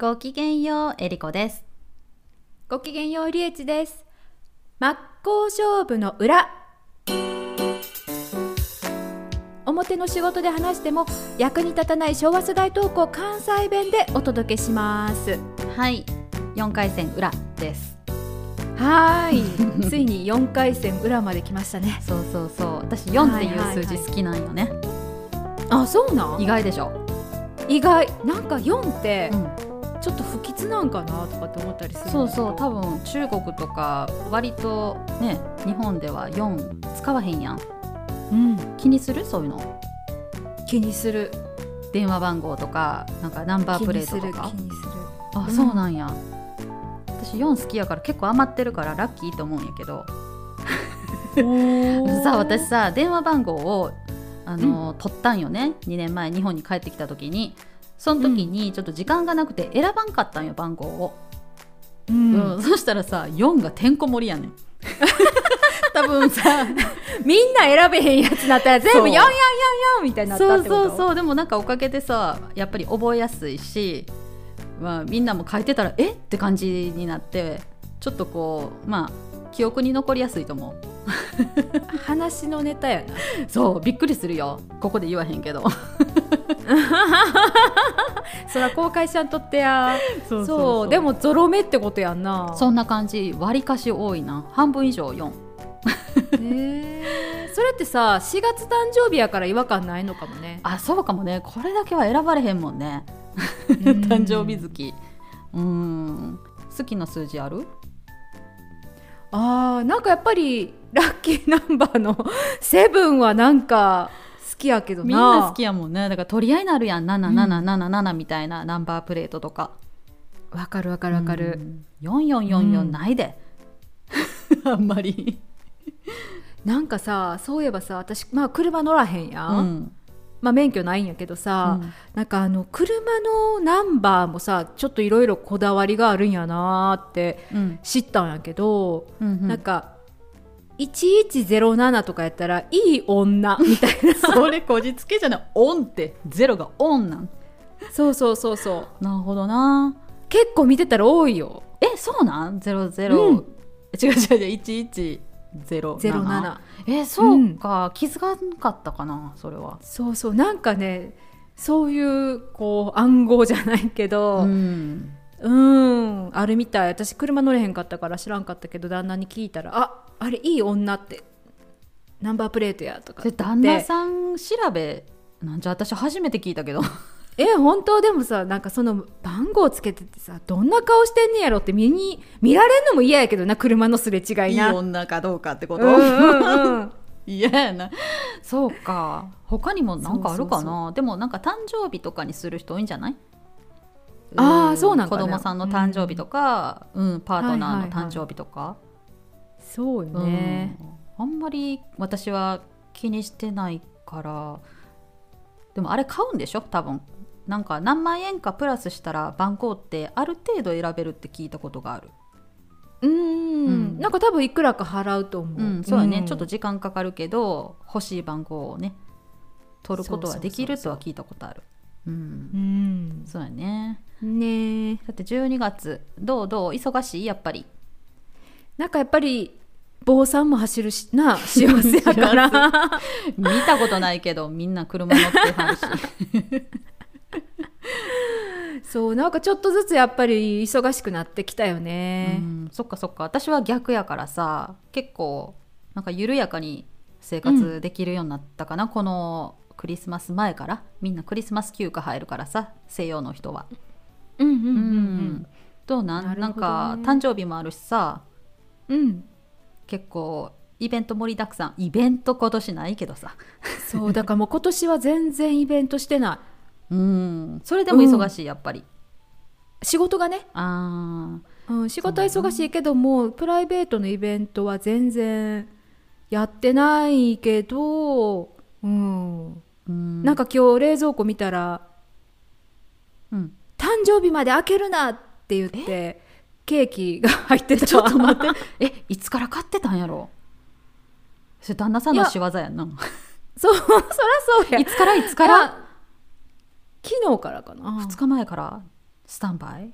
ごきげんよう、えりこです。 ごきげんよう、りえちです。真っ向勝負の裏。表の仕事で話しても役に立たない昭和世代トークを関西弁でお届けします。 はい、4回戦裏です。 はーいついに4回戦裏まで来ましたね。 そうそうそう、私4っていう数字好きなんよね。 あ、そうなん？ 意外でしょ。 意外。なんか4って、ちょっと不吉なんかなとかって思ったりするんだけど。 そうそう、多分中国とか割とね、日本では4使わへんやん。気にする？そういうの気にする。 電話番号とかなんかナンバープレートとか。 気にする。 あ、そうなんや。私4好きやから結構余ってるからラッキーと思うんやけどさあ、私さ、電話番号を取ったんよね。2年前日本に帰ってきた時に。その時にちょっと時間がなくて選ばんかったんよ、番号を。そしたらさ、4がてんこ盛りやねん多分さみんな選べへんやつだったら全部444みたいになったってこと？ そうでもなんかおかげでさ、やっぱり覚えやすいし、みんなも書いてたらえって感じになって、ちょっとこう記憶に残りやすいと思う話のネタやな。 そう、びっくりするよ、ここで言わへんけどそら公開しゃんとってや。 そうでもゾロ目ってことやんな。 そんな感じ。割りかし多いな。半分以上4 それってさ、4月誕生日やから違和感ないのかもね。 あ、そうかもね。これだけは選ばれへんもんね誕生日月。好きな数字ある？ なんかやっぱりラッキーナンバーの7はなんか好きやけどな。 みんな好きやもんね。だから取り合いになるやん。7777みたいなナンバープレートとか。 わかるわかるわかる。 4444ないで、あんまりなんかさ、そういえばさ、私、車乗らへんやん、免許ないんやけどさ、なんか車のナンバーもさ、ちょっといろいろこだわりがあるんやなって知ったんやけど、なんか1107とかやったらいい女みたいなそれこじつけじゃない。オンってゼロがオンなん。 そうなるほどな。 結構見てたら多いよ。 そうなん？ 00、違う1107。そうか、気づかなかったかな、それは。 そうなんかね、そういうこう暗号じゃないけど、あるみたい。私車乗れへんかったから知らんかったけど、旦那に聞いたら、あれいい女ってナンバープレートやとかって。 旦那さん調べなんじゃ。私初めて聞いたけど本当？でもさ、なんかその番号つけててさ、どんな顔してんねやろって見られんのも嫌やけどな、車のすれ違いな。 いい女かどうかってこと？嫌やな。そうか。他にもなんかあるかな。でもなんか誕生日とかにする人多いんじゃない？ そうなんかな。 子供さんの誕生日とか、パートナーの誕生日とか。 そうよね、 あんまり私は気にしてないから。でもあれ買うんでしょ、多分。なんか何万円かプラスしたら番号ってある程度選べるって聞いたことがある。 なんか多分いくらか払うと思う。 そうやね、ちょっと時間かかるけど欲しい番号をね取ることはできるとは聞いたことある。そうやね。だって12月どう忙しい？やっぱりなんかやっぱり坊さんも走るしな、幸せやから見たことないけどみんな車乗ってはるしそう、なんかちょっとずつやっぱり忙しくなってきたよね。 そっか。私は逆やからさ、結構なんか緩やかに生活できるようになったかな、このクリスマス前から。みんなクリスマス休暇入るからさ、西洋の人は。どうなん？なんか誕生日もあるしさ、結構イベント盛りだくさん。イベント今年ないけどさそうだからもう今年は全然イベントしてない。 それでも忙しい、やっぱり仕事がね。仕事は忙しいけども、プライベートのイベントは全然やってないけど、なんか今日冷蔵庫見たら、誕生日まで開けるなって言ってケーキが入ってた。 ちょっと待っていつから買ってたんやろ。それ旦那さんの仕業やんな。 そらそうや。 いつから昨日からかな。 2日前から。 スタンバイ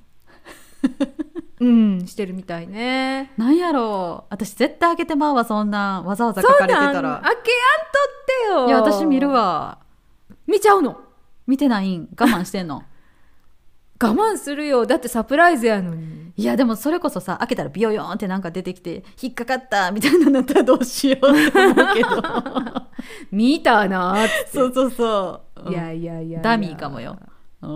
してるみたいね。 なんやろう、私絶対開けてまうわ、そんなわざわざ書かれてたら。 開けやんとってよ。 いや私見るわ。 見ちゃうの？ 見てないん？我慢してんの？ 我慢するよ、だってサプライズやのに。 いやでもそれこそさ、開けたらビヨヨーンってなんか出てきて引っかかったみたいなのだったらどうしようって思うけど見たなーって。 そうそうそう、 いやいやいや、 ダミーかもよ、うん、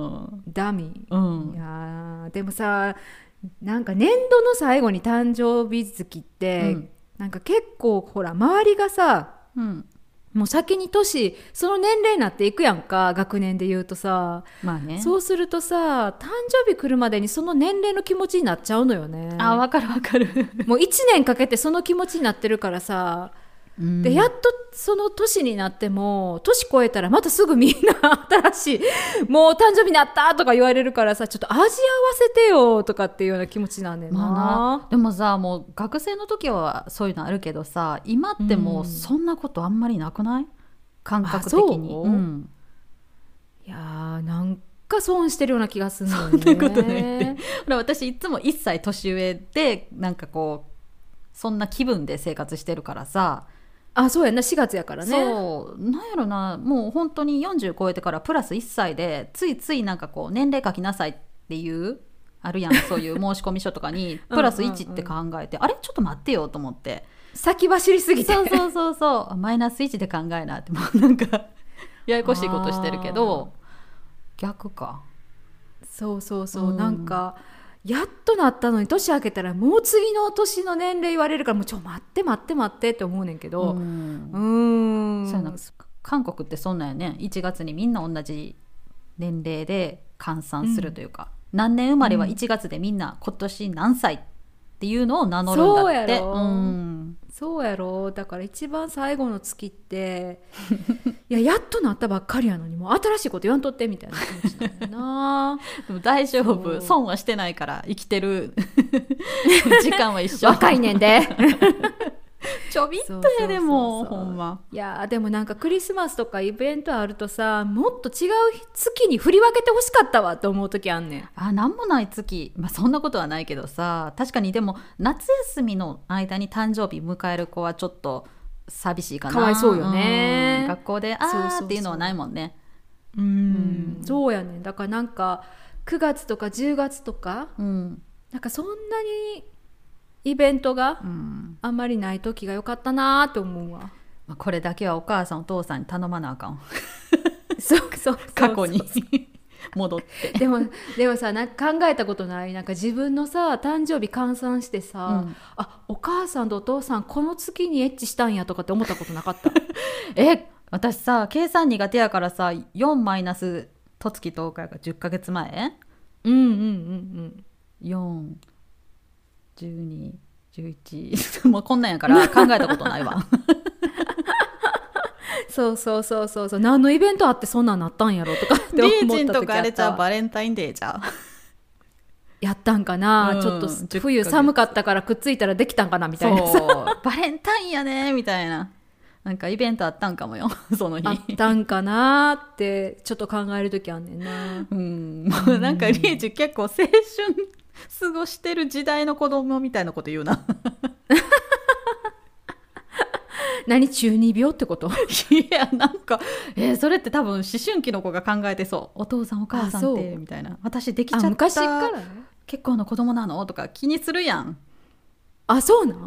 ダミー、 うん、 いやでもさ、なんか年度の最後に誕生日月って、なんか結構ほら周りがさ、もう先にその年齢になっていくやんか、学年で言うとさ、 まあね、 そうするとさ、誕生日来るまでにその年齢の気持ちになっちゃうのよね。 あ、わかるわかるもう1年かけてその気持ちになってるからさ、でやっとその年になっても、年越えたらまたすぐみんな新しいもう誕生日になったとか言われるからさ、ちょっと味合わせてよとかっていうような気持ちなんだよな、 まあ、でもさ、もう学生の時はそういうのあるけどさ、今ってもうそんなことあんまりなくない？感覚的に。 いやー、なんか損してるような気がするのよね。 そんなことないって私いつも1歳年上でなんかこうそんな気分で生活してるからさ。 あ、そうやな、4月やからね。 そうなんやろな、もう本当に40超えてからプラス1歳でついついなんかこう年齢書きなさいっていうあるやんそういう申し込み書とかにプラス1って考えてあれちょっと待ってよと思って、 先走りすぎて、 そうマイナス1で考えなって、もうなんかややこしいことしてるけど、逆か。 そう、なんかやっとなったのに年明けたらもう次の年の年齢言われるから、もう待ってって思うねんけど、そうやな、韓国ってそんなんやね。1月にみんな同じ年齢で換算するというか、何年生まれは1月でみんな今年何歳っていうのを名乗るんだって。 そうやろ。だから一番最後の月ってやっとなったばっかりやのに、もう新しいこと言わんとってみたいな気持ちなんだよなでも大丈夫、損はしてないから、生きてる時間は一緒若いねんでちょびっとやでもほんま。 いやでもなんかクリスマスとかイベントあるとさ、もっと違う月に振り分けてほしかったわと思う時あんねん。 なんもない月、そんなことはないけどさ、確かに。でも夏休みの間に誕生日迎える子はちょっと寂しいかな。 かわいそうよね、 学校でーっていうのはないもんね。 そうやねん。だからなんか9月とか10月とか、なんかそんなにイベントがあんまりない時が良かったなって思うわ。 これだけはお母さんお父さんに頼まなあかんそう過去に戻ってでもさ、なんか考えたことない？なんか自分のさ誕生日換算してさ、お母さんとお父さんこの月にエッチしたんやとかって思ったことなかった？ 私さ計算苦手やからさ、4マイナス十月10日やから10ヶ月前、4、12、11もうこんなんやから考えたことないわそう何のイベントあってそんなんなったんやろとかって思った時あった。 リーチンとかあれじゃバレンタインデーじゃやったんかな、ちょっと冬寒かったからくっついたらできたんかなみたいな。 そうバレンタインやねみたいな、なんかイベントあったんかもよその日。 あったんかなってちょっと考える時あんねんな。 もうなんかリーチ結構青春過ごしてる時代の子供みたいなこと言うな何、中二病ってこと？ いやなんか、それって多分思春期の子が考えてそう。お父さんお母さんってみたいな、私できちゃった昔からね、 結構の子供なのとか気にするやん。 そうなん、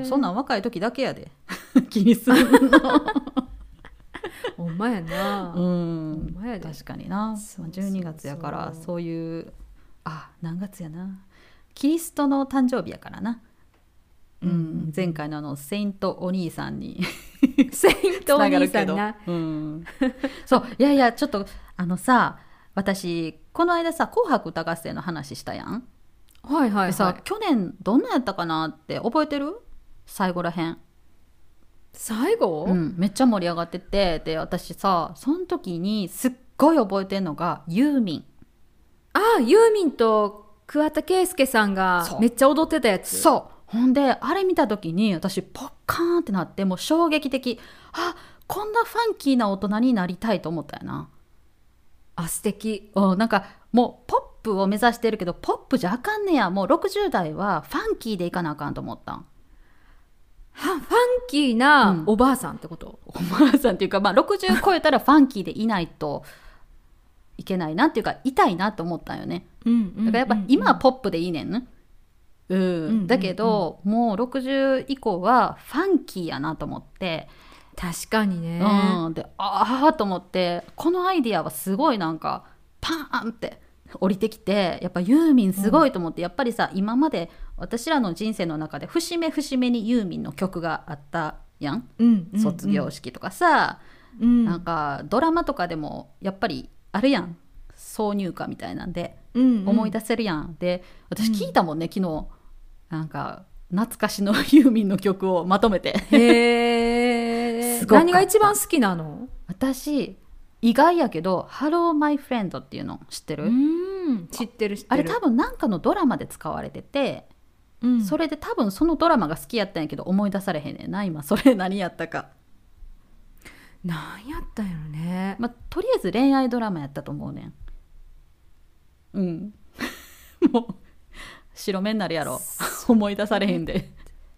そんなん若い時だけやで気にするのほんまやな。 確かにな。12月やからそういう、何月やな、キリストの誕生日やからな。前回のセイントお兄さんにセイントお兄さんな。 そういやちょっとさ、私この間さ紅白歌合戦の話したやん。でさ、去年どんなやったかなって覚えてる？最後らへん。 最後？ めっちゃ盛り上がってて、で私さその時にすっごい覚えてんのがユーミン。 ユーミンと桑田佳祐さんがめっちゃ踊ってたやつ。 そう、ほんであれ見た時に私ポッカーンってなって、もう衝撃的。こんなファンキーな大人になりたいと思ったよな。 素敵。 なんかもうポップを目指してるけどポップじゃあかんねや、もう60代はファンキーでいかなあかんと思ったん。 ファンキーなおばあさんってこと、 おばあさんっていうか、まあ、60超えたらファンキーでいないといけないなっていうか、痛いなと思ったんよね。だからやっぱ今はポップでいいねんね。だけど、もう60以降はファンキーやなと思って。 確かにね。 で、ああと思って、このアイディアはすごいなんかパーンって降りてきて、やっぱユーミンすごいと思って、やっぱりさ、今まで私らの人生の中で節目節目にユーミンの曲があったやん、卒業式とかさ、なんかドラマとかでもやっぱりあるやん、挿入歌みたいなんで、思い出せるやん。で、私聞いたもんね、昨日なんか懐かしのユーミンの曲をまとめて。 へー何が一番好きなの？ 私意外やけど「Hello My Friend」っていうの知ってる？ 知ってる。 あれ多分なんかのドラマで使われてて、それで多分そのドラマが好きやったんやけど思い出されへんねんな今。それ何やったか。 何やったんやろね。 まあ、とりあえず恋愛ドラマやったと思うねん。もう白目になるやろ思い出されへんで。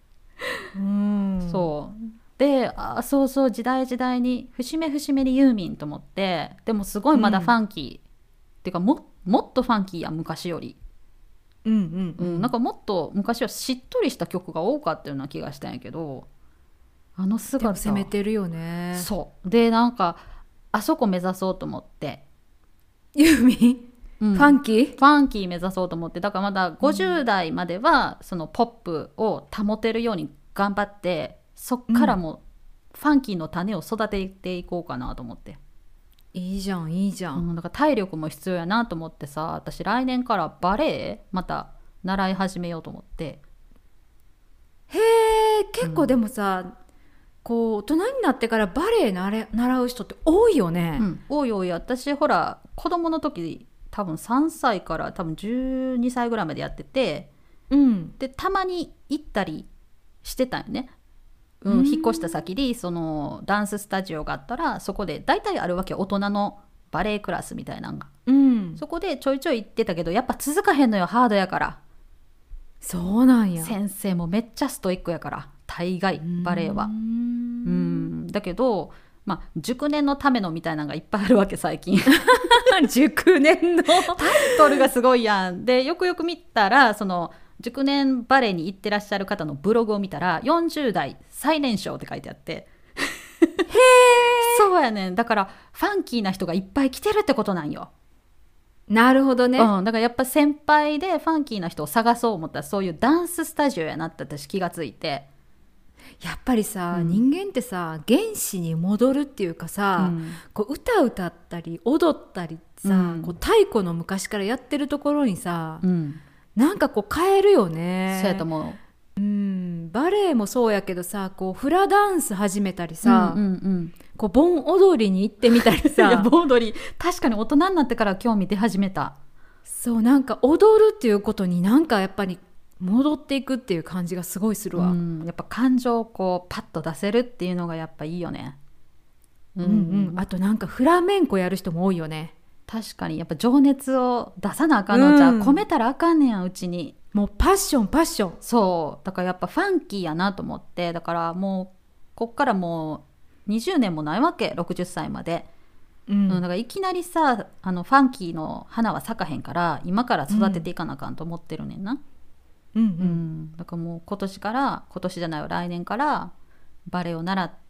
そうで、そうそう、時代時代に節目節目にユーミンと思って。でもすごいまだファンキー、っていうかもっとファンキーや昔より。なんかもっと昔はしっとりした曲が多かったような気がしたんやけど、あの姿でも攻めてるよね。 そうで、なんかあそこ目指そうと思って、 ユーミン、ファンキー目指そうと思って。だからまだ50代まではそのポップを保てるように頑張って、そっからもファンキーの種を育てていこうかなと思って。 いいじゃんいいじゃん。 だから体力も必要やなと思ってさ、私来年からバレエまた習い始めようと思って。 へえ、結構でもさ、こう大人になってからバレエ習う人って多いよね。 多い多い。私ほら子供の時多分3歳から多分12歳ぐらいまでやってて、でたまに行ったりしてたんよね。引っ越した先にそのダンススタジオがあったら、そこで大体あるわけ、大人のバレエクラスみたいなのが、そこでちょいちょい行ってたけど、やっぱ続かへんのよ、ハードやから。 そうなんや。 先生もめっちゃストイックやから、大概バレエは。だけど、まあ、熟年のためのみたいなのがいっぱいあるわけ最近。 熟年のタイトルがすごいやん。でよくよく見たら、その熟年バレエに行ってらっしゃる方のブログを見たら、40代最年少って書いてあって。へーそうやねん。だからファンキーな人がいっぱい来てるってことなんよ。 なるほどね。 だからやっぱ先輩でファンキーな人を探そう思ったら、そういうダンススタジオやなって私気がついて。 やっぱりさ、人間ってさ原始に戻るっていうかさ、こう歌歌ったり踊ったりさ、こう太古の昔からやってるところにさ、なんかこう変えるよね。 そうやと思う。 バレエもそうやけどさ、こうフラダンス始めたりさ、こう盆踊りに行ってみたりさ。 いや盆踊り確かに大人になってから興味出始めた。 そう、なんか踊るっていうことになんかやっぱり戻っていくっていう感じがすごいするわ。 やっぱ感情をこうパッと出せるっていうのがやっぱいいよね。 あとなんかフラメンコやる人も多いよね。 確かにやっぱ情熱を出さなあかんのじゃ、込めたらあかんねや、うちに。 もうパッション。 そうだからやっぱファンキーやなと思って。だからもうこっからもう20年もないわけ、60歳まで。だからいきなりさ、ファンキーの花は咲かへんから、今から育てていかなあかんと思ってるねんな。だからもう今年じゃないわ、来年からバレエを習って、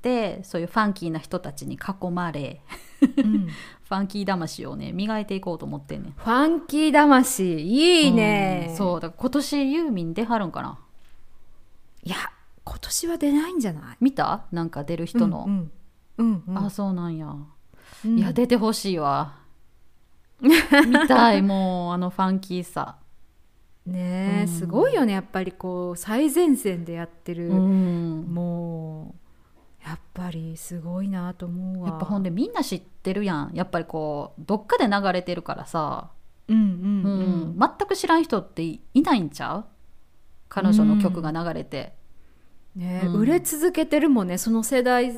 そういうファンキーな人たちに囲まれ、ファンキー魂をね磨いていこうと思ってんねん。 ファンキー魂いいね。 そうだから今年ユーミン出はるんかな。 いや今年は出ないんじゃない？ 見た？なんか出る人の。あ、そうなんや。いや出てほしいわ。見たい、もうファンキーさね。すごいよね、やっぱりこう最前線でやってる、もうやっぱりすごいなと思うわ。 やっぱほんでみんな知ってるやん、やっぱりこうどっかで流れてるからさ。全く知らん人っていないんちゃう？彼女の曲が流れて、 売れ続けてるもんね、その世代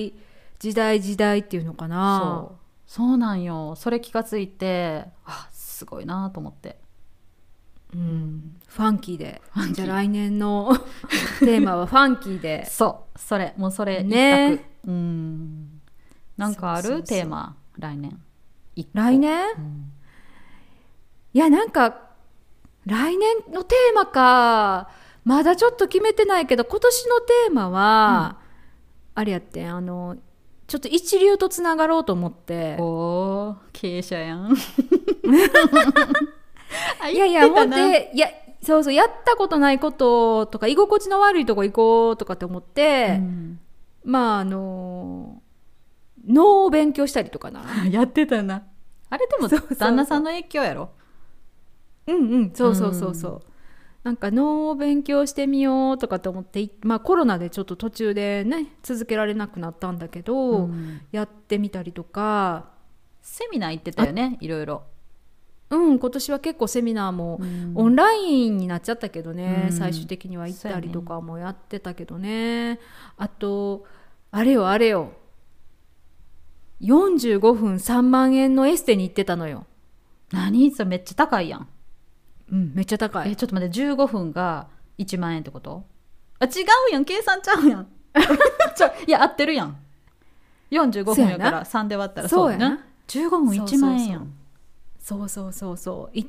時代っていうのかな。 そうなんよ。それ気がついて、あ、 すごいなと思って。 ファンキーで。じゃあ来年のテーマはファンキーで。 そうそれもうそれ一択、なんかあるテーマ来年。 来年、いやなんか来年のテーマかまだちょっと決めてないけど、今年のテーマは、あれやってちょっと一流とつながろうと思って。 おー経営者やんいやいや思って、いやそうそうやったことないこととか居心地の悪いとこ行こうとかって思って、まあ脳を勉強したりとかなやってたな。あれでも旦那さんの影響やろ。 そうそうそうそう、なんか脳を勉強してみようとかと思って、まあコロナでちょっと途中でね続けられなくなったんだけど、やってみたりとか。 セミナー行ってたよね、いろいろ。 今年は結構セミナーもオンラインになっちゃったけどね、最終的には行ったりとかもやってたけどね。あとあれよ45分3万円のエステに行ってたのよ。 何それめっちゃ高いやん。 めっちゃ高い。 ちょっと待って、15分が1万円ってこと？違うやん、計算ちゃうやんいや合ってるやん。45分やから3で割ったらそうやな。15分1万円やん。 そう行って、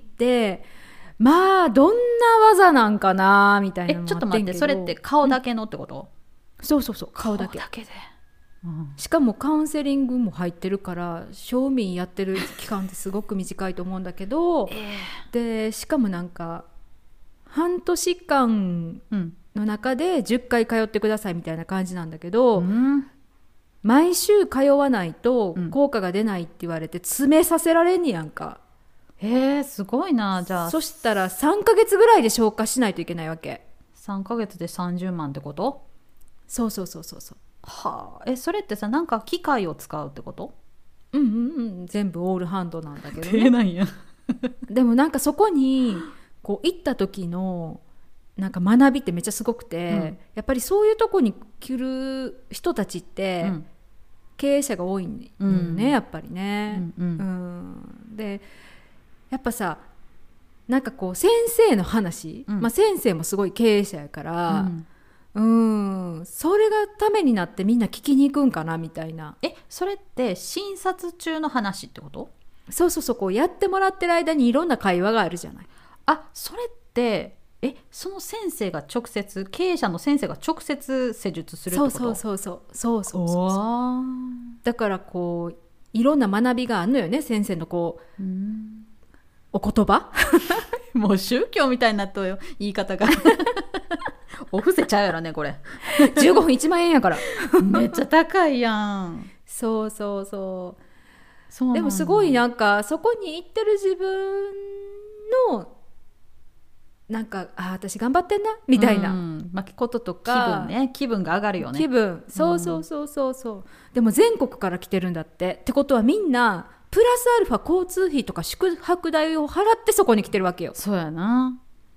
まあどんな技なんかなみたいなのもあってんけど。 ちょっと待って、それって顔だけのってこと？ そう顔だけで、しかもカウンセリングも入ってるから、賞味やってる期間ってすごく短いと思うんだけど、でしかもなんか半年間の中で10回通ってくださいみたいな感じなんだけど、毎週通わないと効果が出ないって言われて詰めさせられんねやんか。 すごいな。じゃあそしたら3ヶ月ぐらいで消化しないといけないわけ。 3ヶ月で30万ってこと？ そう。 はあ。それってさ、なんか機械を使うってこと？ 全部オールハンドなんだけどね。 なんやでもなんかそこにこう行った時のなんか学びってめっちゃすごくて、やっぱりそういうとこに来る人たちって、経営者が多いんよね、やっぱりね。でやっぱさ、なんかこう先生の話、先生もすごい経営者やから、それがためになってみんな聞きに行くんかなみたいな。 それって診察中の話ってこと？ そうこうやってもらってる間にいろんな会話があるじゃない。 それってその先生が直接、経営者の先生が直接施術するってこと？ そうだからこういろんな学びがあるのよね、先生のこうお言葉もう宗教みたいになっとうよ、言い方がお布施ちゃうやろねこれ 15分1万円やからめっちゃ高いやん。 そうでもすごいなんかそこに行ってる自分のなんか私頑張ってんなみたいなこととか、 気分が上がるよね。 そうでも全国から来てるんだってことはみんなプラスアルファ交通費とか宿泊代を払ってそこに来てるわけよ。 そうやな。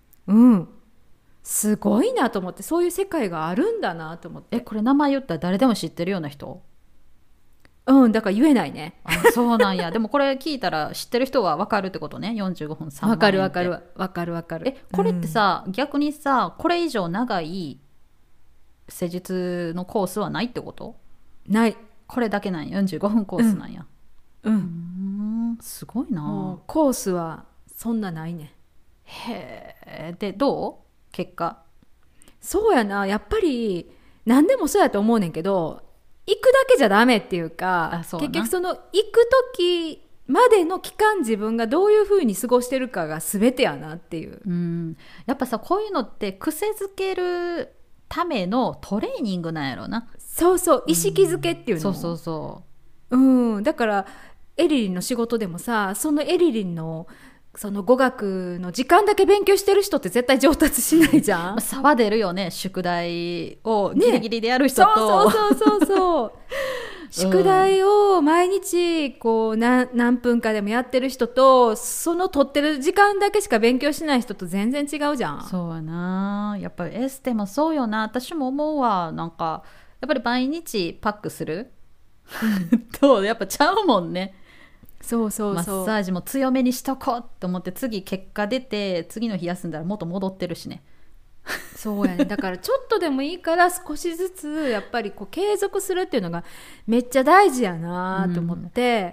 すごいなと思って、そういう世界があるんだなと思って。 これ名前言ったら誰でも知ってるような人？ だから言えないね。 そうなんやでもこれ聞いたら知ってる人は分かるってことね。45分3万円って分かる。 これってさ、逆にさ、これ以上長い施術のコースはないってこと？ ない。 これだけなんや。45分コースなんや。すごいな。 コースはそんなないね。 でどう？結果。 そうやな、やっぱり何でもそうやと思うねんけど、行くだけじゃダメっていうか、結局その行く時までの期間自分がどういう風に過ごしてるかが全てやなっていう。 やっぱさ、こういうのって癖づけるためのトレーニングなんやろな。 そう意識づけっていうの。だからエリリンの仕事でもさ、そのエリリンのその語学の時間だけ勉強してる人って絶対上達しないじゃん。 差は出るよね。宿題をギリギリでやる人と、 そう宿題を毎日こう何分かでもやってる人と、その取ってる時間だけしか勉強しない人と全然違うじゃん。 そうやな。やっぱりエステもそうよな。私も思うわ。なんかやっぱり毎日パックするとやっぱちゃうもんね。 そうそうマそうッサージも強めにしとこうと思って、次結果出て次の日休んだら元戻ってるしね。 そうやね。だからちょっとでもいいから少しずつやっぱりこう継続するっていうのがめっちゃ大事やなと思って、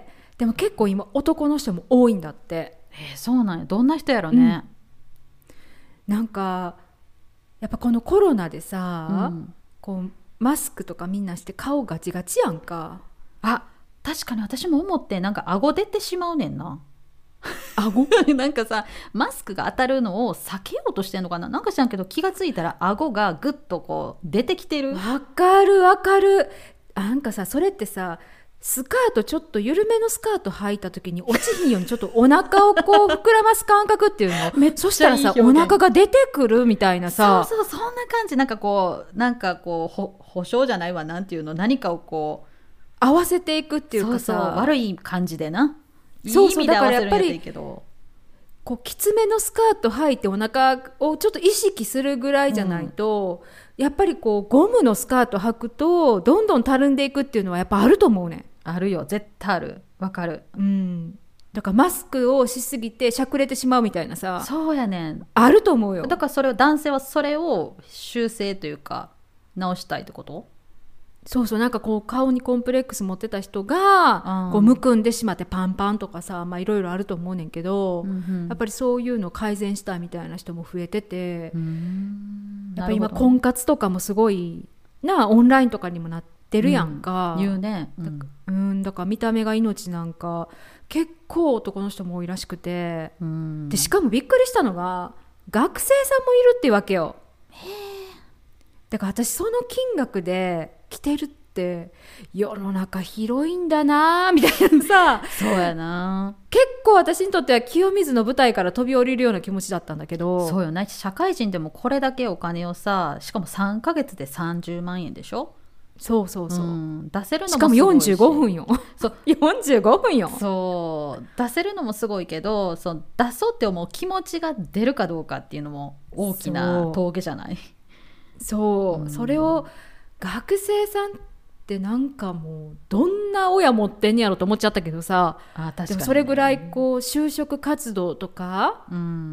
でも結構今男の人も多いんだって。 そうなんや。どんな人やろね、 なんかやっぱこのコロナでさ、こうマスクとかみんなして顔ガチガチやんか。 あ、確かに私も思って、なんか顎出てしまうねんな。 顎なんかさ、マスクが当たるのを避けようとしてんのかな、なんか知らんけど、気がついたら顎がぐっとこう出てきてる。 わかるわかる。なんかさ、それってさ、スカートちょっと緩めのスカート履いた時に落ちひんようにちょっとお腹をこう膨らます感覚っていうのめっちゃいい表現。 そしたらさ、お腹が出てくるみたいなさ。 そうそう、そんな感じ。なんかこう保証じゃないわ、なんていうの、何かをこう合わせていくっていうかさ、 そうそう、悪い感じでな、 そうそう、 いい意味で合わせるんやったらいいだけど、 こうきつめのスカート履いてお腹をちょっと意識するぐらいじゃないと、やっぱりこうゴムのスカート履くとどんどんたるんでいくっていうのはやっぱあると思うね。 あるよ、絶対ある。わかる。 だからマスクをしすぎてしゃくれてしまうみたいなさ、 そうやねん。 あると思うよ。 だからそれを、男性はそれを修正というか直したいってこと？ そうそう、なんかこう顔にコンプレックス持ってた人がこうむくんでしまってパンパンとかさ、まあいろいろあると思うねんけど、やっぱりそういうのを改善したいみたいな人も増えてて、やっぱり今婚活とかもすごいな、オンラインとかにもなってるやんか、 言うね、 だから見た目が命なんか結構男の人も多いらしくて、でしかもびっくりしたのが学生さんもいるっていうわけよ。だから私その金額で来てるって世の中広いんだなみたいなさそうやな。 結構私にとっては清水の舞台から飛び降りるような気持ちだったんだけど。 そうよね。社会人でもこれだけお金をさ、しかも3ヶ月で30万円でしょ。 そうそうそう、 出せるのもすごいし、 しかも45分よ。 そう 45分よ。 そう出せるのもすごいけど、そう出そうって思う気持ちが出るかどうかっていうのも大きな峠じゃない。 そう、それを学生さんってなんかもうどんな親持ってんやろと思っちゃったけどさ、 確かにね、 でもそれぐらいこう就職活動とか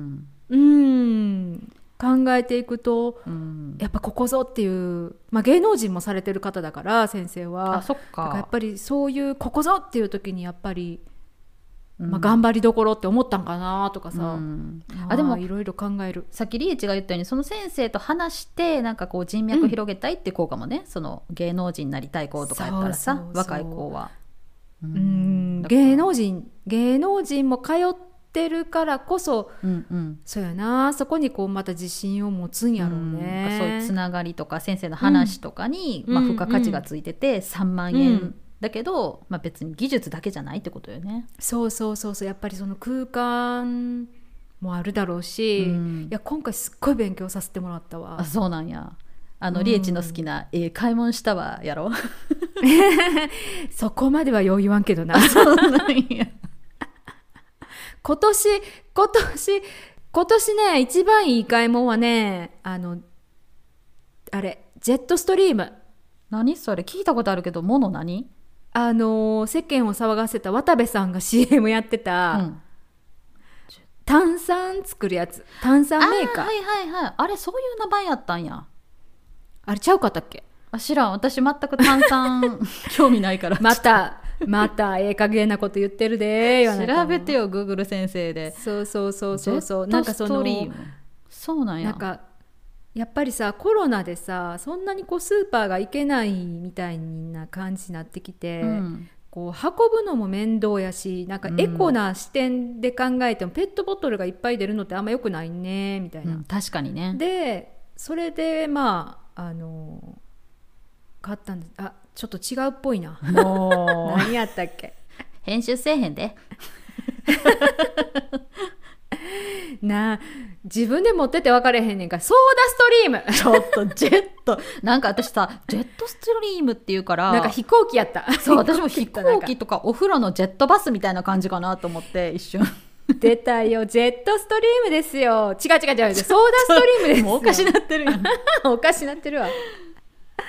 考えていくと、やっぱここぞっていう、まあ、芸能人もされてる方だから先生は。 そっか。 だからやっぱりそういうここぞっていう時にやっぱり、まあ、頑張りどころって思ったんかなとかさ、でもいろいろ考える。 さっきリエチが言ったように、その先生と話してなんかこう人脈広げたいって子かもね、その芸能人になりたい子とかやったらさ、そうそうそう、若い子は芸能人も通ってるからこそ、そうやな、そこにこうまた自信を持つんやろうね、 そういうつながりとか先生の話とかに、まあ、付加価値がついてて3万円、だけど、まあ、別に技術だけじゃないってことよね。 そうそうそうそう、やっぱりその空間もあるだろうし、いや今回すっごい勉強させてもらったわ。 そうなんや。リエチの好きな買い物したわやろそこまではよう言わんけどな。 そうなんや。 今年ね、一番いい買い物はね、あれジェットストリーム。 何それ、聞いたことあるけど、もの何？ 世間を騒がせた渡部さんが CM やってた、炭酸作るやつ、炭酸メーカー。 はいはいはい。あれそういう名前やったんや。 あれちゃうかったっけ？ 知らん。私全く炭酸興味ないからまたええ加減なこと言ってるで。 調べてよ、グーグル先生で。 そうそうそうそうそう。 なんかそのそうなんや。 なんかやっぱりさ、コロナでさ、そんなにこうスーパーが行けないみたいな感じになってきて、こう運ぶのも面倒やし、なんかエコな視点で考えても、ペットボトルがいっぱい出るのってあんま良くないねみたいな、 確かにね。 でそれでまあ買ったんです。ちょっと違うっぽいな。もう何やったっけ？ 編集せえへんで自分で持ってて分かれへんねんから。ソーダストリーム。 ちょっとジェットなんか私さ、ジェットストリームっていうからなんか飛行機やった。 そう、私も飛行機とかお風呂のジェットバスみたいな感じかなと思って一瞬出たよ、ジェットストリームですよ。違うソーダストリームですよ。 もうおかしなってるやんおかしなってるわ。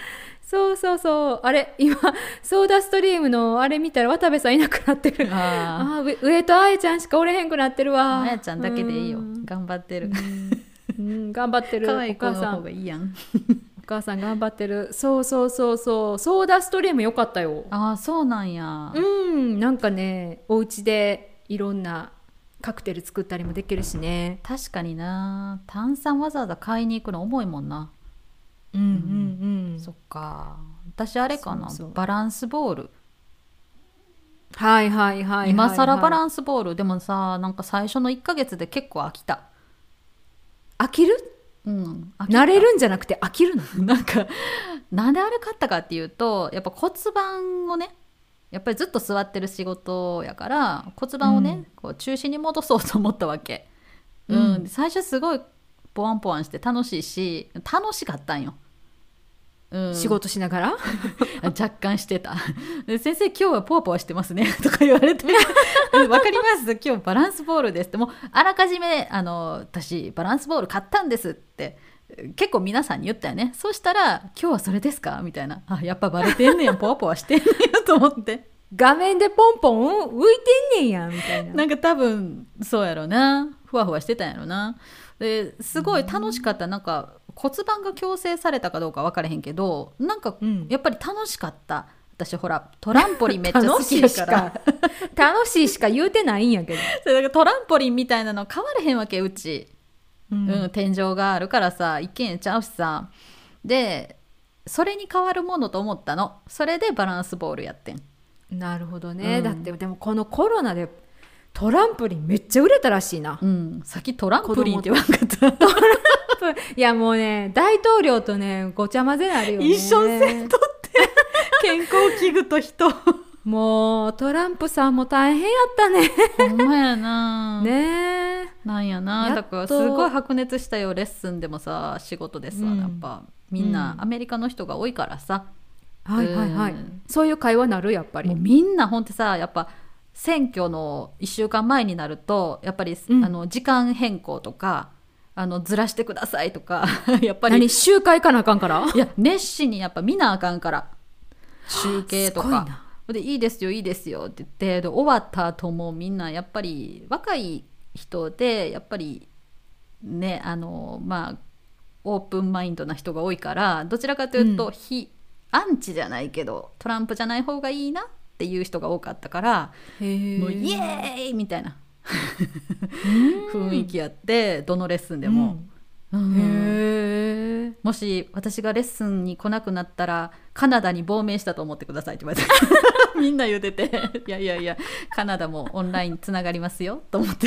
そうそうそう、あれ今ソーダストリームのあれ見たら渡部さんいなくなってる。ああ、上とあやちゃんしかおれへんくなってるわ。 あやちゃんだけでいいよ、頑張ってる。 頑張ってる。 可愛い子の方がいいやん。 お母さん頑張ってる。そうそうそうそう、ソーダストリームよかったよ。 ああ、そうなんや。 なんかね、お家でいろんなカクテル作ったりもできるしね。 確かにな、炭酸わざわざ買いに行くの重いもんな。そっか。私あれかな、 そうそう、 バランスボール。 はいはいはいはい、はい、 今更バランスボールでもさ、なんか最初の1ヶ月で結構飽きた。 飽きる？慣れるんじゃなくて飽きるの？ なんかなんであれ買ったかっていうと、やっぱ骨盤をね、やっぱりずっと座ってる仕事やから骨盤をね、こう中心に戻そうと思ったわけ。最初すごいポワンポワンして楽しいし、楽しかったんよ。 仕事しながら若干してた。で、先生今日はポワポワしてますねとか言われてわかります今日バランスボールですって、もうあらかじめ私バランスボール買ったんですって結構皆さんに言ったよね。そうしたら今日はそれですかみたいな、あ、やっぱバレてんねや、ポワポワしてんねやと思って画面でポンポン浮いてんねんやみたいな。 なんか多分そうやろな、ふわふわしてたんやろな。ですごい楽しかった。なんか骨盤が矯正されたかどうか分からへんけど、なんかやっぱり楽しかった。私ほらトランポリンめっちゃ好きやから楽しいしか言うてないんやけどそれだからトランポリンみたいなの変われへんわけ、うち、天井があるからさ、一軒家ちゃうしさ。でそれに変わるものと思ったの。それでバランスボールやってん。 なるほどね、だってでもこのコロナでトランポリンめっちゃ売れたらしいな。 さっきトランポリンって言わんかったいやもうね、大統領とねごちゃ混ぜなるよね。 一緒にせんとって健康器具と人もうトランプさんも大変やったねほんまやなねえ、 なんやな。だからすごい白熱したよ、レッスンでもさ、仕事でさ、やっぱみんなアメリカの人が多いからさ、 はいはいはい、そういう会話なる。やっぱりもうみんなほんとさ、やっぱ選挙の1週間前になるとやっぱり、時間変更とかずらしてくださいとかやっぱり何、集会かなあかんから。 いや熱心にやっぱ見なあかんから、集計とかでいいですよいいですよって言って、で終わった後もみんなやっぱり若い人で、やっぱりね、まあオープンマインドな人が多いから、どちらかというと、アンチじゃないけどトランプじゃない方がいいなっていう人が多かったから、もうイエーイみたいな雰囲気やって、どのレッスンでも、もし私がレッスンに来なくなったらカナダに亡命したと思ってくださいって言われてみんな言うてていやいやいや、カナダもオンラインつながりますよと思って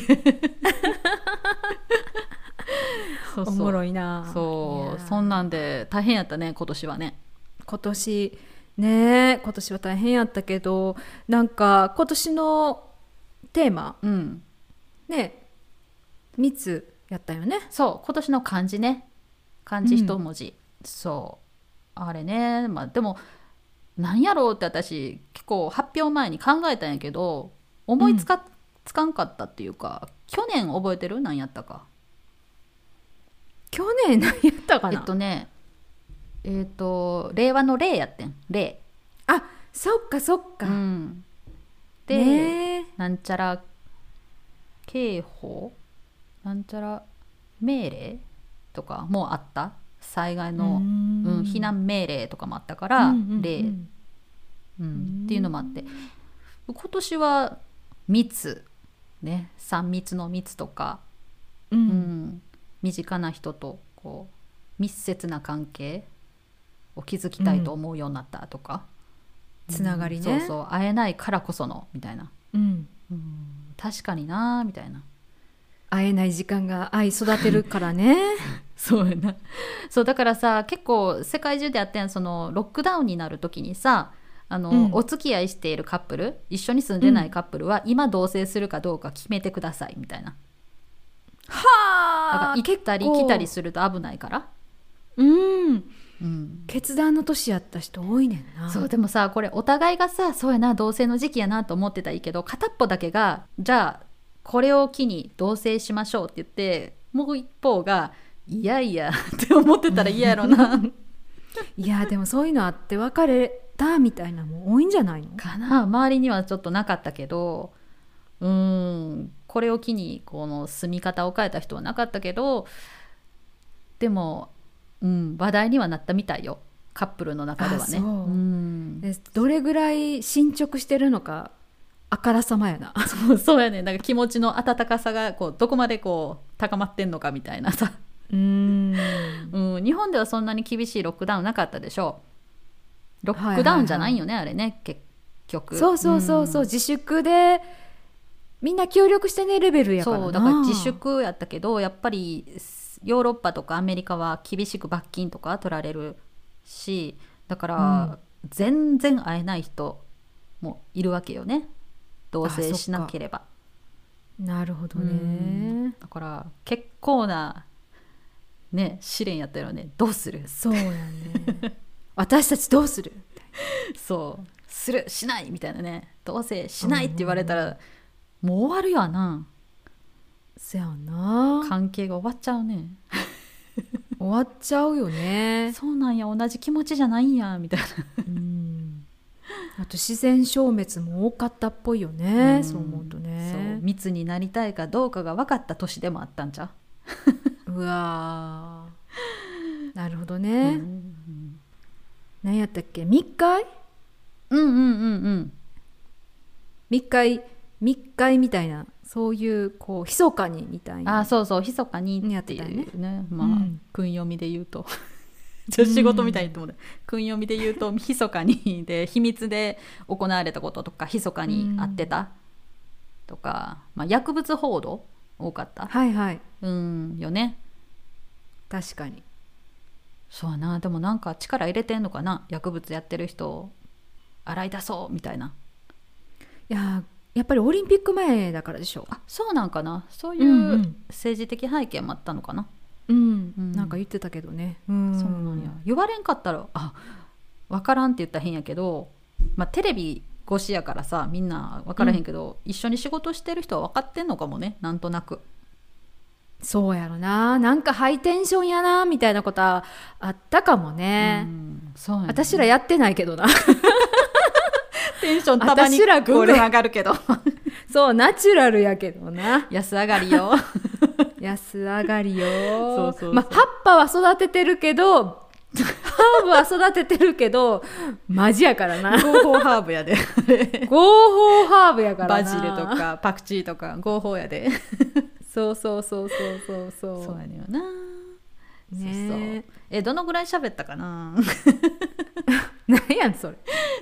そうそう、 おもろいな。 そう、そんなんで大変やったね今年はね。 今年ね、今年は大変やったけど、なんか今年のテーマ、ね、3つやったよね。 そう、今年の漢字ね、漢字一文字、そうあれね。まあでもなんやろうって私結構発表前に考えたんやけど、思いつかんかったっていうか、去年覚えてる？何やったか。 去年何やったかな。 令和の令やってん。令。 あ、そっかそっか、 で、なんちゃら刑法、なんちゃら命令とかもあった。災害の、避難命令とかもあったから、令、っていうのもあって、今年は密ね、3密の密とか、身近な人とこう密接な関係を築きたいと思うようになったとか、 つながりね、 そうそう、会えないからこそのみたいな、確かになみたいな、 会えない時間が愛育てるからねそうやな。そうだからさ、結構世界中であってん、そのロックダウンになる時にさ、お付き合いしているカップル、一緒に住んでないカップルは、今同棲するかどうか決めてくださいみたいな。 はあ、 行ったり来たりすると危ないから。 決断の年やった人多いねんな。 そう、でもさ、これお互いがさ、そうやな、同棲の時期やなと思ってたらいいけど、片っぽだけがじゃあこれを機に同棲しましょうって言って、もう一方がいやいやって思ってたら嫌やろないやでもそういうのあって別れたみたいなのも多いんじゃないのかな。周りにはちょっとなかったけど、これを機にこの住み方を変えた人はなかったけど、でも、話題にはなったみたいよ、カップルの中ではね。 でどれぐらい進捗してるのかあからさまやな。 そうやね。なんか気持ちの温かさがこうどこまでこう高まってんのかみたいなさ。日本ではそんなに厳しいロックダウンなかったでしょう。ロックダウンじゃないよね、あれね、結局。 そう、自粛でみんな協力してねレベルやからな。 そうだから自粛やったけど、やっぱりヨーロッパとかアメリカは厳しく罰金とか取られるし、だから、全然会えない人もいるわけよね、同棲しなければ。 なるほどね。 だから結構なね試練やったよね。どうする。 そうやね私たちどうするみたいな。 そうするしないみたいなね。同棲しないって言われたら、もう終わるよな。 そやな、 関係が終わっちゃうね。 終わっちゃうよね。 そうなんや、同じ気持ちじゃないんやみたいな。 あと自然消滅も多かったっぽいよね、そう思うとね。 そう密になりたいかどうかが分かった年でもあったんちゃう。うわなるほどね。何やったっけ、密会密会みたいな、そういうこう密かにみたいな。 あ、そうそう、密かにっていうね、まあ、訓読みで言うと仕事みたいに言っても訓読みで言うと密かにで秘密で行われたこととか密かにあってたとか、薬物報道多かった。よね。 確かにそうやな。でもなんか力入れてんのかな、薬物やってる人を洗い出そうみたいな。 やっぱりオリンピック前だからでしょう。 あ、そうなんかな。そういう政治的背景もあったのかな。 なんか言ってたけどね。 そうなんや。言われんかったら分からんって言ったら変やけど、テレビ越しやからさみんな分からへんけど、一緒に仕事してる人は分かってんのかもね、なんとなく。 そうやろな。なんかハイテンションやなみたいなことあったかもね。 そうやね。 私らやってないけどなテンションたまにぐんぐん上がるけどそうナチュラルやけどな。 安上がりよ安上がりよ。 そう葉っぱは育ててるけどハーブは育ててるけどマジやからな。 合法ハーブやで合法ハーブやからな。 バジルとかパクチーとか合法やでそうそうやねんよな。ね。そうどのぐらい喋ったかな何やんそれ。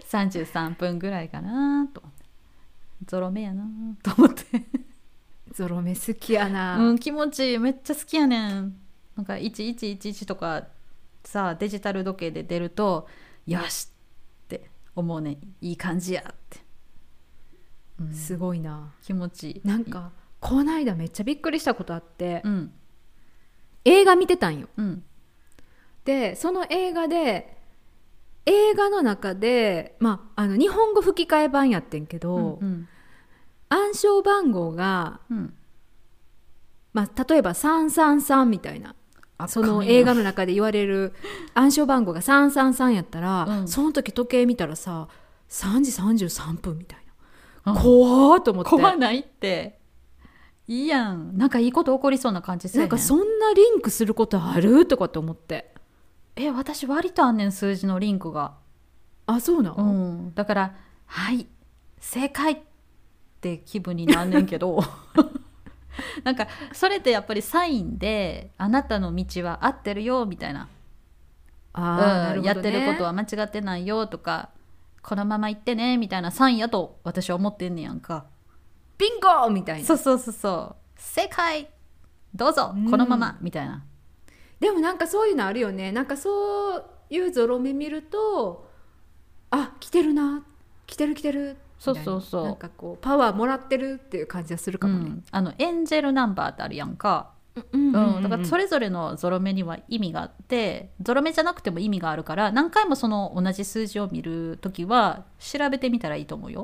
33分ぐらいかなと。ゾロ目やなと思ってゾロ目好きやな。 気持ちいい。めっちゃ好きやねん。なんか1111とかさデジタル時計で出るとよしって思うね。いい感じやって、 すごいな。 気持ちいい。 なんかこの間めっちゃびっくりしたことあって、映画見てたんよ、でその映画の中で、日本語吹き替え版やってんけど、暗証番号が、例えば333みたいな、その映画の中で言われる暗証番号が333やったら、その時時計見たらさ3時33分みたいな。怖ーと思って。 怖ないって。いいやん。なんかいいこと起こりそうな感じする。 なんかそんなリンクすることあるとかって思って。 私割とあんねん、数字のリンクが。 あ、そうなの？ だからはい正解って気分になんねんけどなんかそれってやっぱりサインであなたの道は合ってるよみたいな。なるほどね。やってることは間違ってないよとか、このまま行ってねみたいなサインやと私は思ってんねやんか。 ビンゴみたいな。 そう正解どうぞこのままみたいな。 でもなんかそういうのあるよね。なんかそういうゾロ目見ると来てるな、来てるそうなんかこうパワーもらってるっていう感じがするかもね、 エンジェルナンバーってあるやんか。だからそれぞれのゾロ目には意味があって、ゾロ目じゃなくても意味があるから、何回もその同じ数字を見るときは調べてみたらいいと思うよ。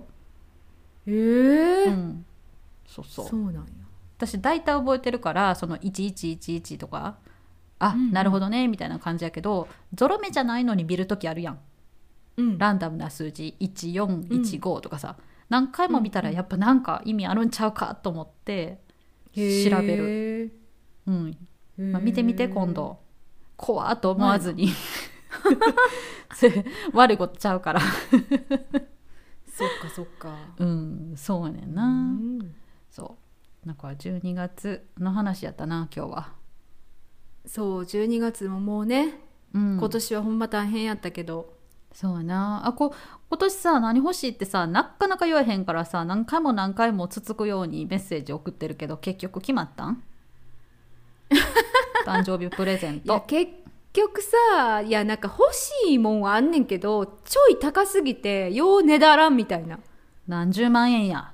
そうなんや。私大体覚えてるから、その1111とかなるほどねみたいな感じやけど、ゾロ目じゃないのに見るときあるやん、ランダムな数字1415とかさ、何回も見たらやっぱなんか意味あるんちゃうかと思って調べる。見てみて今度、怖っと思わずに悪いことちゃうからそっかそっか、 そうやねんな、そうなんか12月の話やったな今日は。 そう12月ももうね、今年はほんま大変やったけど、 そうやな今年さ何欲しいってさなかなか言わへんからさ、何回も何回も続くようにメッセージ送ってるけど、結局決まったん誕生日プレゼント。 いや結局さ、いやなんか欲しいもんはあんねんけど、ちょい高すぎてようねだらんみたいな。 何十万円や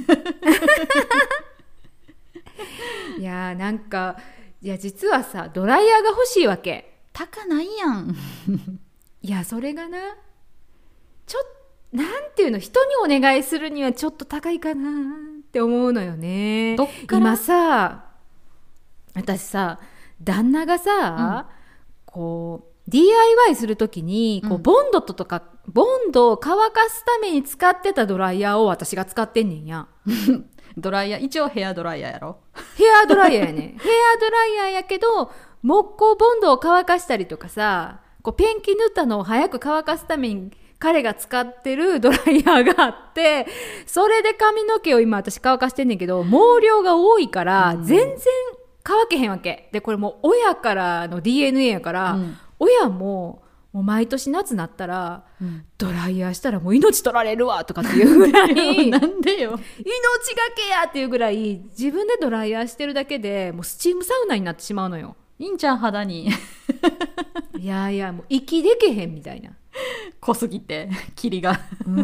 いやなんか、いや実はさドライヤーが欲しいわけ。 高ないやんいやそれがな、なんていうの、人にお願いするにはちょっと高いかなって思うのよね。 どっから今さ、私さ旦那がさ、こう DIY するときにこうボンドを乾かすために使ってたドライヤーを私が使ってんねんやドライヤー、一応ヘアドライヤーやろ。 ヘアドライヤーやねヘアドライヤーやけど、木工ボンドを乾かしたりとかさ、こうペンキ塗ったのを早く乾かすために彼が使ってるドライヤーがあって、それで髪の毛を今私乾かしてんねんけど、毛量が多いから全然乾けへんわけで、これもう親からの DNA やから、親もう毎年夏なったら、ドライヤーしたらもう命取られるわとかっていうぐらいなんでよ、 命がけやっていうぐらい自分でドライヤーしてるだけでもうスチームサウナになってしまうのよ。 いいんちゃん肌にいやいやもう息でけへんみたいな濃すぎて霧が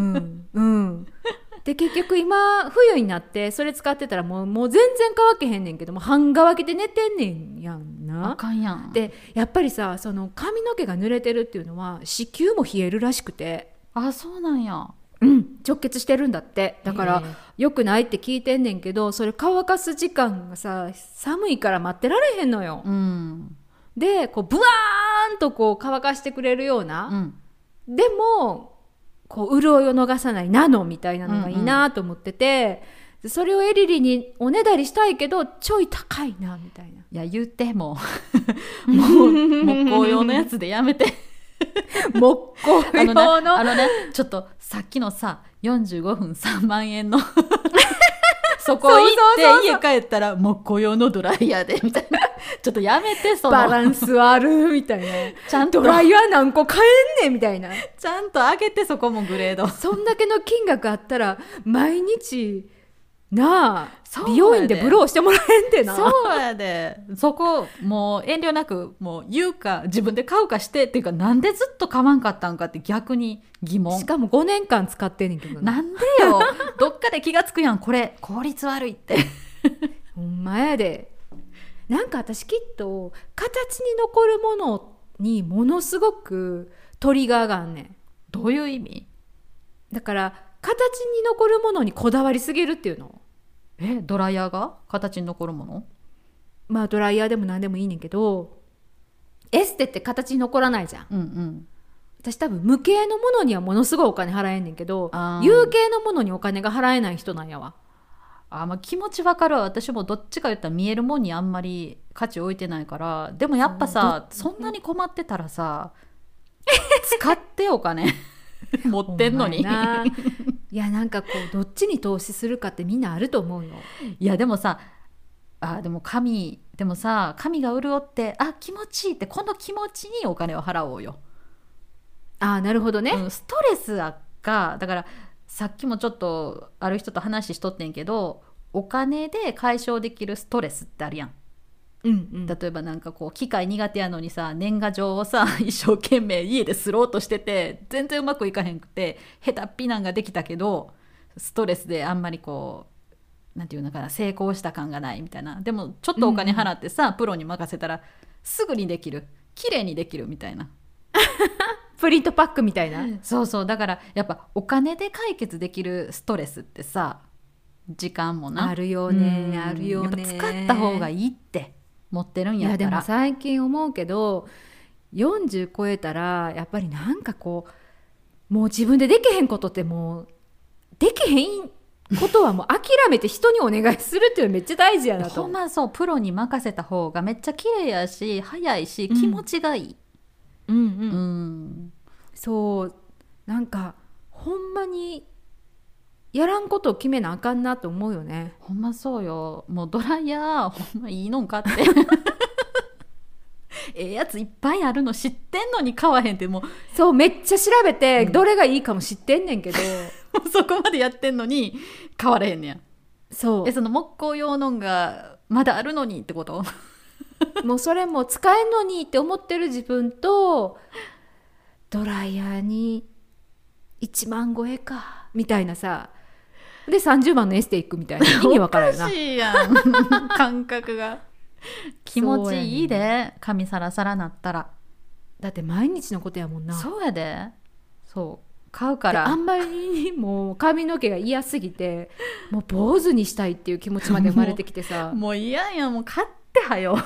で結局今冬になってそれ使ってたらもう全然乾けへんねんけども、半乾きで寝てんねんやんな。 あかんやん。 でやっぱりさ、その髪の毛が濡れてるっていうのは子宮も冷えるらしくて、 あ、そうなんや。 直結してるんだって。だから良くないって聞いてんねんけど、それ乾かす時間がさ寒いから待ってられへんのよ、でこうブワーンとこう乾かしてくれるような、でもこう潤いを逃さないナノみたいなのがいいなと思ってて、それをエリリにおねだりしたいけどちょい高いなみたいな。 いや言っても木工用のやつでやめて木工用のちょっとさっきのさ45分3万円のそこ行って家帰ったら木工用のドライヤーでみたいなちょっとやめて、そのバランス悪みたいなちゃんとドライヤー何個買えんねんみたいな、 ちゃんと上げて、そこもグレード。 そんだけの金額あったら毎日なあ美容院でブローしてもらえんでな。 そうやで、そこもう遠慮なくもう言うか自分で買うかしてっていうか、なんでずっと買わんかったんかって逆に疑問。 しかも5年間使ってんねんけどなんでよどっかで気がつくやん、これ効率悪いってほんまやで。なんか私きっと形に残るものにものすごくトリガーがあんねん。 どういう意味？ だから形に残るものにこだわりすぎるっていうの。 ドライヤーが形に残るもの？ まあドライヤーでも何でもいいねんけど、エステって形に残らないじゃん、私多分無形のものにはものすごいお金払えんねんけど、有形のものにお金が払えない人なんやわ。 まあ、気持ちわかるわ。私もどっちか言ったら見えるもんにあんまり価値置いてないから。でもやっぱさ、そんなに困ってたらさ使ってお金持ってんのにいやなんかこうどっちに投資するかってみんなあると思うよ。 いやでもさ、でも髪が潤って気持ちいいって、この気持ちにお金を払おうよ。 なるほどね、 ストレスだからさっきもちょっとある人と話しとってんけど、お金で解消できるストレスってあるやん。例えばなんかこう機械苦手やのにさ、年賀状をさ一生懸命家ですろうとしてて全然うまくいかへんくて下手っぴなんができたけど、ストレスであんまりこうなんていうのかな、成功した感がないみたいな。でもちょっとお金払ってさ、プロに任せたらすぐにできる、綺麗にできるみたいなプリントパックみたいな。 そうだからやっぱお金で解決できるストレスってさ、時間もなあるよね、あるよね。 やっぱ使った方がいいって。 持ってるんやったら。 いやでも最近思うけど40超えたらやっぱりなんかこうもう自分でできへんことってもうできへんことはもう諦めて人にお願いするっていうのめっちゃ大事やなと。 ほんまそう、プロに任せた方がめっちゃ綺麗やし早いし気持ちがいい。 うんうん、 うん、 そうなんかほんまにやらんことを決めなあかんなと思うよね。 ほんまそうよ。もうドライヤーほんまいいのんかってええやついっぱいあるの知ってんのに買わへんって。もうそうめっちゃ調べてどれがいいかも知ってんねんけど、 もうそこまでやってんのに買われへんねや。 そうその木工用のんがまだあるのにってこともうそれも使えんのにって思ってる自分とドライヤーに1万超えかみたいなさで30万のエステ行くみたいな意味わからんよな。 おかしいやん感覚が。気持ちいいで髪サラサラなったら。 だって毎日のことやもんな。 そうやで。そう買うから。 あんまりにも髪の毛が嫌すぎてもう坊主にしたいっていう気持ちまで生まれてきてさもう嫌やもう買ってはよ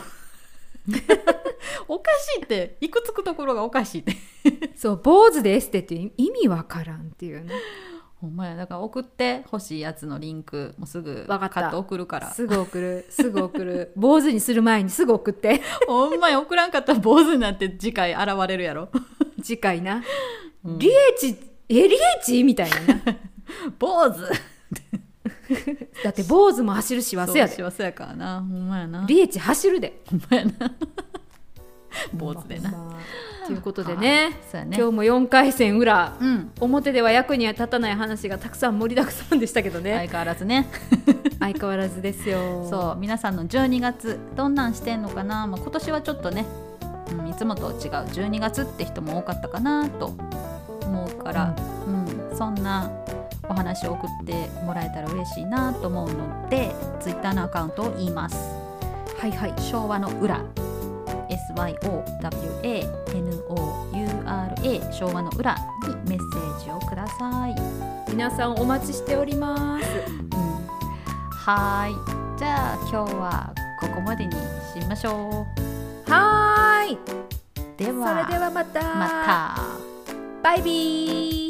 おかしいって、いくつくところがおかしいってそう坊主でエステって意味わからんっていうね。 ほんまや。だから送ってほしいやつのリンクもうすぐ買って送るから。 すぐ送るすぐ送る坊主にする前にすぐ送ってほんまや。送らんかったら坊主になって次回現れるやろ次回な、 うん、 リエチリエチみたいなな坊主だって坊主も走るしわせやで。 しわせやからな。ほんまやな。 リエチ走るで。 ほんまやな坊主でな。 ということでね、 そうやね、 今日も4回戦裏、 うん、 表では役には立たない話がたくさん盛りだくさんでしたけどね。 相変わらずね相変わらずですよ。 そう皆さんの12月どんなんしてんのかな、まあ、今年はちょっとね、いつもと違う12月って人も多かったかなと思うから、そんなお話を送ってもらえたら嬉しいなと思うので、ツイッターのアカウントを言います。 はいはい、 昭和の裏 SYOWANOURA 昭和の裏にメッセージをください。 皆さんお待ちしております、 はい、じゃあ今日はここまでにしましょう。はい、 ではそれではまたバイビー。